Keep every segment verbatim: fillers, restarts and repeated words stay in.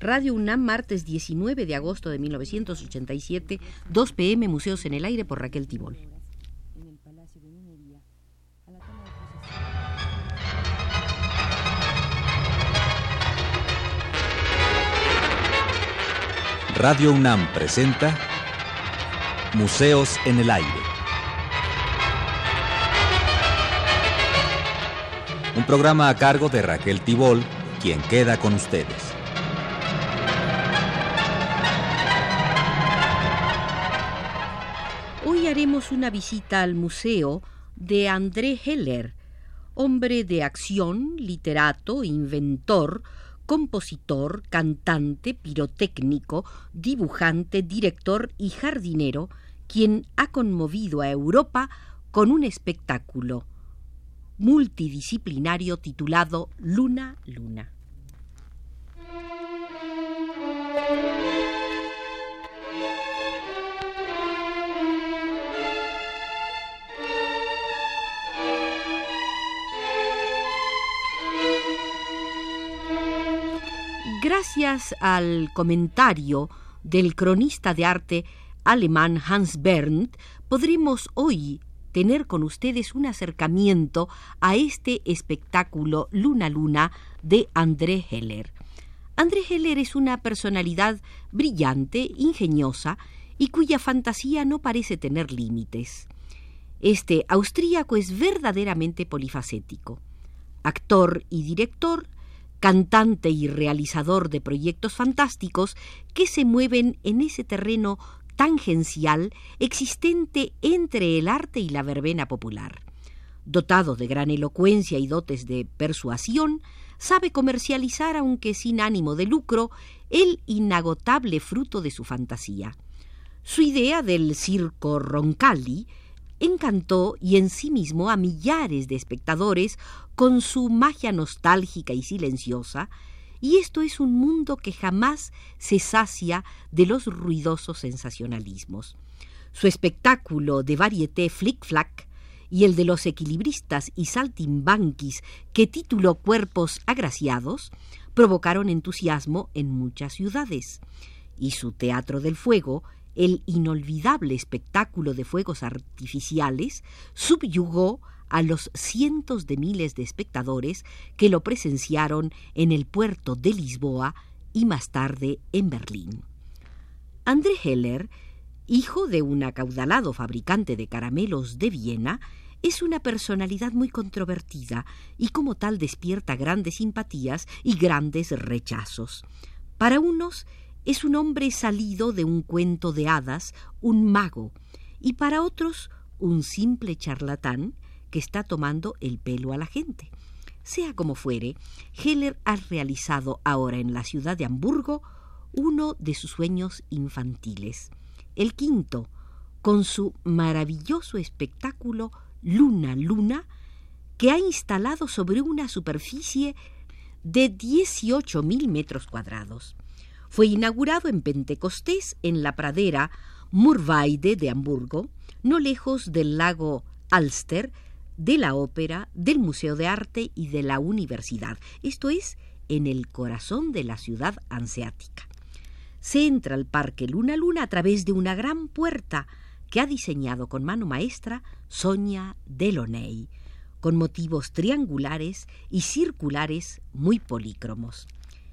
Radio UNAM, martes diecinueve de agosto de mil novecientos ochenta y siete, dos pe eme, Museos en el Aire, por Raquel Tibol. Radio UNAM presenta Museos en el Aire. Un programa a cargo de Raquel Tibol, quien queda con ustedes. Hoy haremos una visita al museo de André Heller, hombre de acción, literato, inventor, compositor, cantante, pirotécnico, dibujante, director y jardinero, quien ha conmovido a Europa con un espectáculo multidisciplinario titulado Luna, Luna. Gracias al comentario del cronista de arte alemán Hans Berndt, podremos hoy tener con ustedes un acercamiento a este espectáculo Luna Luna de André Heller. André Heller es una personalidad brillante, ingeniosa y cuya fantasía no parece tener límites. Este austríaco es verdaderamente polifacético. Actor y director, cantante y realizador de proyectos fantásticos que se mueven en ese terreno tangencial existente entre el arte y la verbena popular. Dotado de gran elocuencia y dotes de persuasión, sabe comercializar, aunque sin ánimo de lucro, el inagotable fruto de su fantasía. Su idea del circo Roncalli encantó y en sí mismo a millares de espectadores con su magia nostálgica y silenciosa, y esto es un mundo que jamás se sacia de los ruidosos sensacionalismos. Su espectáculo de variété Flic-Flac y el de los equilibristas y saltimbanquis, que tituló Cuerpos Agraciados, provocaron entusiasmo en muchas ciudades, y su Teatro del Fuego, el inolvidable espectáculo de fuegos artificiales, subyugó a los cientos de miles de espectadores que lo presenciaron en el puerto de Lisboa y más tarde en Berlín. André Heller, hijo de un acaudalado fabricante de caramelos de Viena, es una personalidad muy controvertida y como tal despierta grandes simpatías y grandes rechazos. Para unos es un hombre salido de un cuento de hadas, un mago, y para otros un simple charlatán que está tomando el pelo a la gente. Sea como fuere, Heller ha realizado ahora en la ciudad de Hamburgo uno de sus sueños infantiles, el quinto, con su maravilloso espectáculo Luna Luna, que ha instalado sobre una superficie de dieciocho mil metros cuadrados. Fue inaugurado en Pentecostés, en la pradera Murweide de Hamburgo, no lejos del lago Alster, de la ópera, del Museo de Arte y de la Universidad, esto es, en el corazón de la ciudad hanseática. Se entra al Parque Luna Luna a través de una gran puerta que ha diseñado con mano maestra Sonia Delaunay, con motivos triangulares y circulares muy polícromos.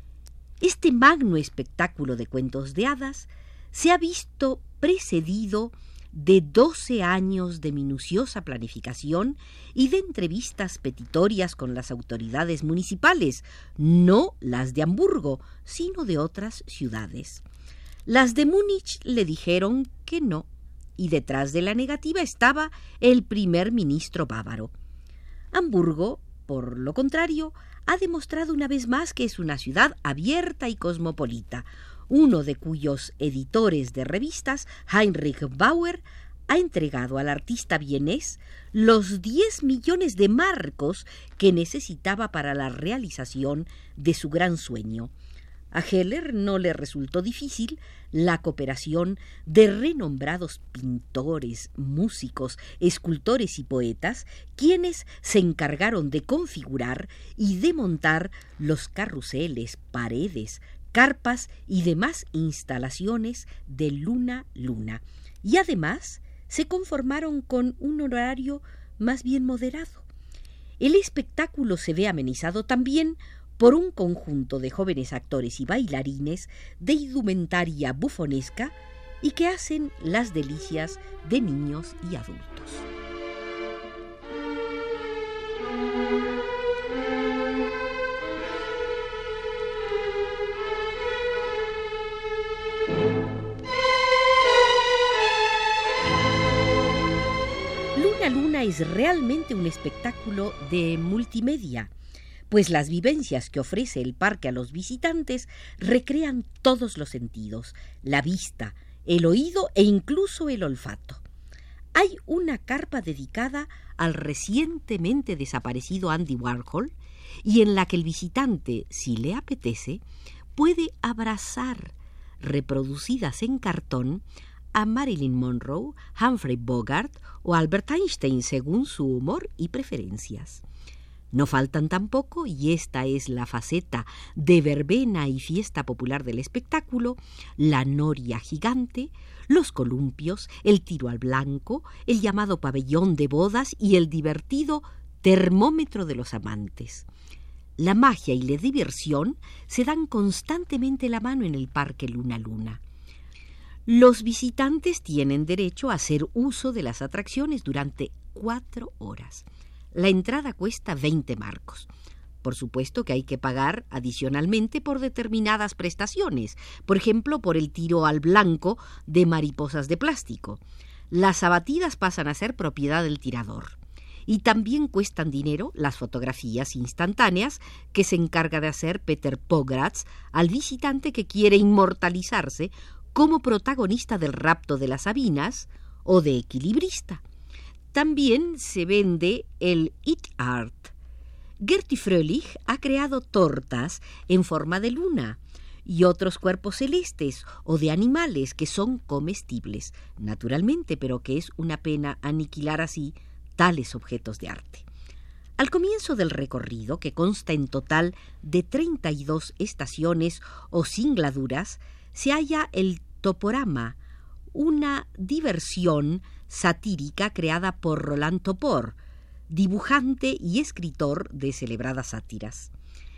Este magno espectáculo de cuentos de hadas se ha visto precedido de doce años de minuciosa planificación y de entrevistas petitorias con las autoridades municipales, no las de Hamburgo, sino de otras ciudades. Las de Múnich le dijeron que no, y detrás de la negativa estaba el primer ministro bávaro. Hamburgo, por lo contrario, ha demostrado una vez más que es una ciudad abierta y cosmopolita, uno de cuyos editores de revistas, Heinrich Bauer, ha entregado al artista vienés los diez millones de marcos que necesitaba para la realización de su gran sueño. A Heller no le resultó difícil la cooperación de renombrados pintores, músicos, escultores y poetas, quienes se encargaron de configurar y de montar los carruseles, paredes, carpas y demás instalaciones de Luna Luna. Y además se conformaron con un horario más bien moderado. El espectáculo se ve amenizado también por un conjunto de jóvenes actores y bailarines de indumentaria bufonesca y que hacen las delicias de niños y adultos. Luna Luna es realmente un espectáculo de multimedia, pues las vivencias que ofrece el parque a los visitantes recrean todos los sentidos, la vista, el oído e incluso el olfato. Hay una carpa dedicada al recientemente desaparecido Andy Warhol y en la que el visitante, si le apetece, puede abrazar, reproducidas en cartón, a Marilyn Monroe, Humphrey Bogart o Albert Einstein según su humor y preferencias. No faltan tampoco, y esta es la faceta de verbena y fiesta popular del espectáculo, la noria gigante, los columpios, el tiro al blanco, el llamado pabellón de bodas y el divertido termómetro de los amantes. La magia y la diversión se dan constantemente la mano en el Parque Luna Luna. Los visitantes tienen derecho a hacer uso de las atracciones durante cuatro horas. La entrada cuesta veinte marcos. Por supuesto que hay que pagar adicionalmente por determinadas prestaciones, por ejemplo, por el tiro al blanco de mariposas de plástico. Las abatidas pasan a ser propiedad del tirador. Y también cuestan dinero las fotografías instantáneas que se encarga de hacer Peter Pogratz al visitante que quiere inmortalizarse como protagonista del rapto de las Sabinas o de equilibrista. También se vende el It Art. Gertie Fröhlich ha creado tortas en forma de luna y otros cuerpos celestes o de animales que son comestibles, naturalmente, pero que es una pena aniquilar así tales objetos de arte. Al comienzo del recorrido, que consta en total de treinta y dos estaciones o singladuras, se halla el Toporama, una diversión satírica creada por Roland Topor, dibujante y escritor de celebradas sátiras.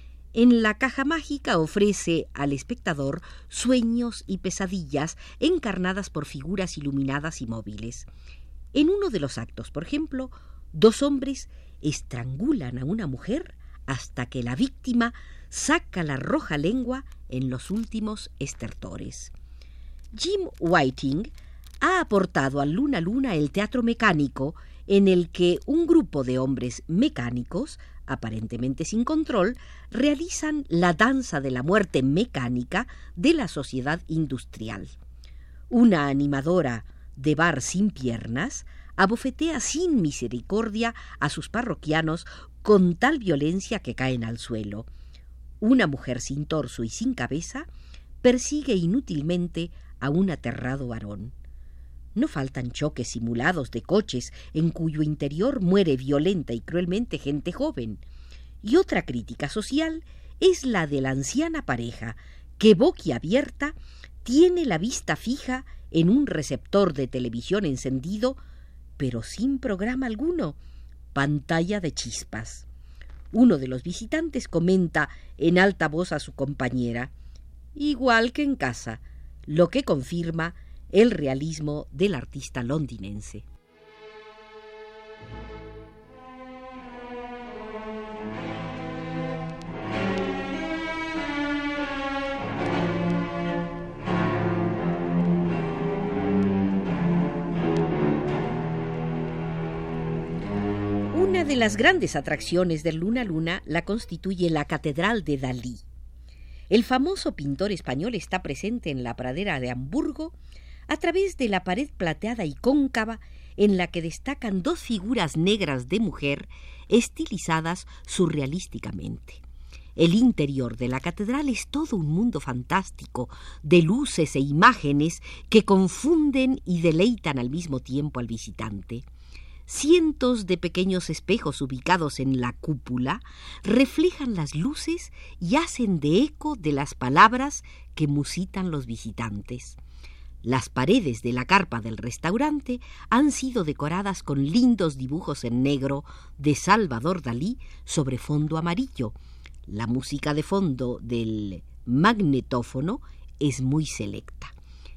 En la caja mágica ofrece al espectador sueños y pesadillas encarnadas por figuras iluminadas y móviles. En uno de los actos, por ejemplo, dos hombres estrangulan a una mujer hasta que la víctima saca la roja lengua en los últimos estertores. Jim Whiting ha aportado al Luna Luna el teatro mecánico, en el que un grupo de hombres mecánicos, aparentemente sin control, realizan la danza de la muerte mecánica de la sociedad industrial. Una animadora de bar sin piernas abofetea sin misericordia a sus parroquianos con tal violencia que caen al suelo. Una mujer sin torso y sin cabeza persigue inútilmente a un aterrado varón. No faltan choques simulados de coches en cuyo interior muere violenta y cruelmente gente joven. Y otra crítica social es la de la anciana pareja que, boquiabierta, tiene la vista fija en un receptor de televisión encendido, pero sin programa alguno, pantalla de chispas. Uno de los visitantes comenta en alta voz a su compañera: igual que en casa, lo que confirma el realismo del artista londinense. Una de las grandes atracciones del Luna Luna la constituye la Catedral de Dalí. El famoso pintor español está presente en la pradera de Hamburgo a través de la pared plateada y cóncava en la que destacan dos figuras negras de mujer estilizadas surrealísticamente. El interior de la catedral es todo un mundo fantástico de luces e imágenes que confunden y deleitan al mismo tiempo al visitante. Cientos de pequeños espejos ubicados en la cúpula reflejan las luces y hacen de eco de las palabras que musitan los visitantes. Las paredes de la carpa del restaurante han sido decoradas con lindos dibujos en negro de Salvador Dalí sobre fondo amarillo. La música de fondo del magnetófono es muy selecta.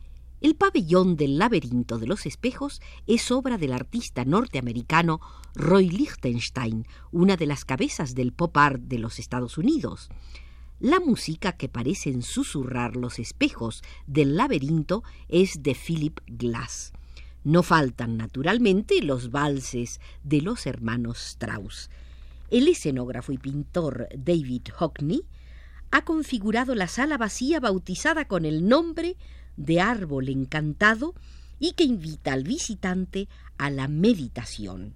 El pabellón del laberinto de los espejos es obra del artista norteamericano Roy Lichtenstein, una de las cabezas del pop art de los Estados Unidos. La música que parecen susurrar los espejos del laberinto es de Philip Glass. No faltan, naturalmente, los valses de los hermanos Strauss. El escenógrafo y pintor David Hockney ha configurado la sala vacía bautizada con el nombre de Árbol Encantado y que invita al visitante a la meditación.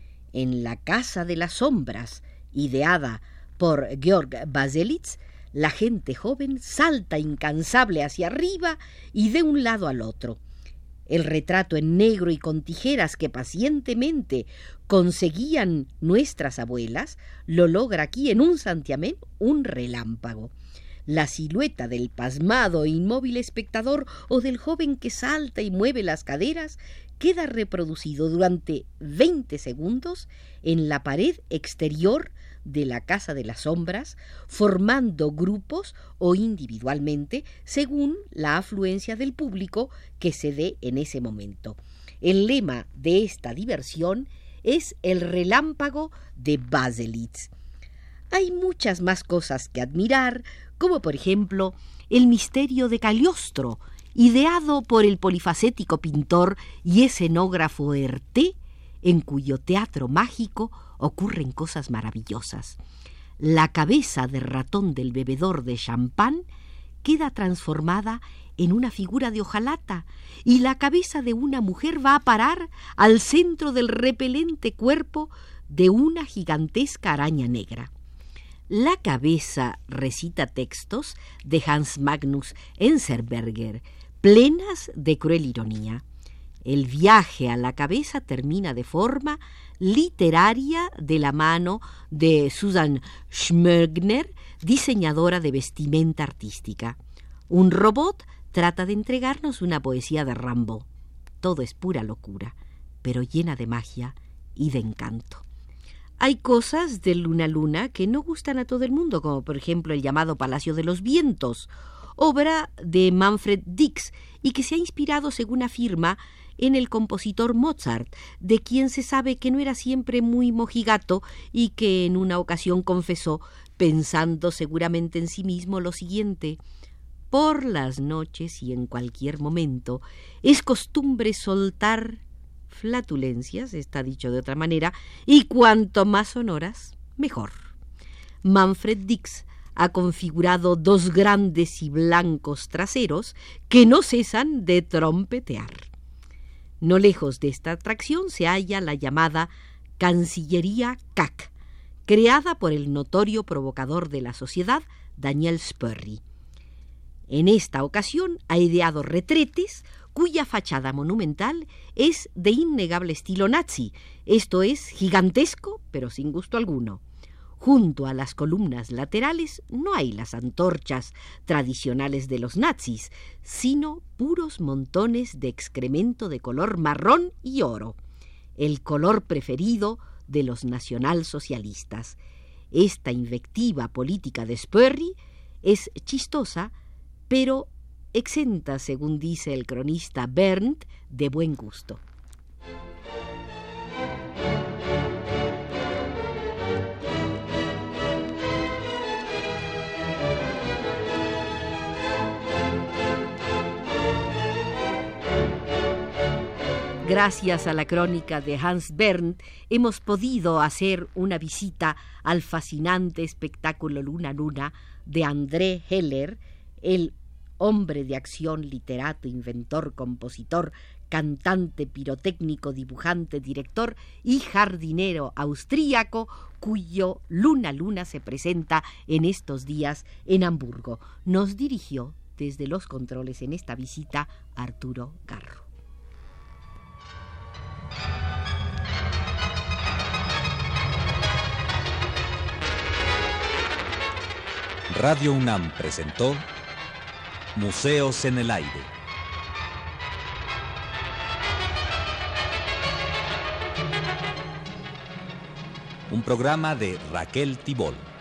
En la Casa de las Sombras, ideada por Georg Baselitz, la gente joven salta incansable hacia arriba y de un lado al otro. El retrato en negro y con tijeras que pacientemente conseguían nuestras abuelas lo logra aquí en un santiamén un relámpago. La silueta del pasmado e inmóvil espectador o del joven que salta y mueve las caderas queda reproducido durante veinte segundos en la pared exterior de la Casa de las Sombras, formando grupos o individualmente según la afluencia del público que se dé en ese momento. El lema de esta diversión es el relámpago de Baselitz. Hay muchas más cosas que admirar, como por ejemplo el misterio de Cagliostro, ideado por el polifacético pintor y escenógrafo Herté, en cuyo teatro mágico ocurren cosas maravillosas. La cabeza de ratón del bebedor de champán queda transformada en una figura de hojalata y la cabeza de una mujer va a parar al centro del repelente cuerpo de una gigantesca araña negra. La cabeza recita textos de Hans Magnus Enzensberger, plenas de cruel ironía. El viaje a la cabeza termina de forma literaria de la mano de Susan Schmögner, diseñadora de vestimenta artística. Un robot trata de entregarnos una poesía de Rimbaud. Todo es pura locura, pero llena de magia y de encanto. Hay cosas de Luna Luna que no gustan a todo el mundo, como por ejemplo el llamado Palacio de los Vientos, obra de Manfred Dix, y que se ha inspirado, según afirma, en el compositor Mozart, de quien se sabe que no era siempre muy mojigato y que en una ocasión confesó, pensando seguramente en sí mismo, lo siguiente: por las noches y en cualquier momento es costumbre soltar flatulencias, está dicho de otra manera, y cuanto más sonoras, mejor. Manfred Dix ha configurado dos grandes y blancos traseros que no cesan de trompetear. No lejos de esta atracción se halla la llamada Cancillería C A C, creada por el notorio provocador de la sociedad, Daniel Spörri. En esta ocasión ha ideado retretes cuya fachada monumental es de innegable estilo nazi, esto es, gigantesco pero sin gusto alguno. Junto a las columnas laterales no hay las antorchas tradicionales de los nazis, sino puros montones de excremento de color marrón y oro, el color preferido de los nacionalsocialistas. Esta invectiva política de Spörri es chistosa, pero exenta, según dice el cronista Berndt, de buen gusto. Gracias a la crónica de Hans Berndt hemos podido hacer una visita al fascinante espectáculo Luna Luna de André Heller, el hombre de acción, literato, inventor, compositor, cantante, pirotécnico, dibujante, director y jardinero austríaco, cuyo Luna Luna se presenta en estos días en Hamburgo. Nos dirigió desde los controles en esta visita Arturo Garro. Radio UNAM presentó Museos en el Aire. Un programa de Raquel Tibol.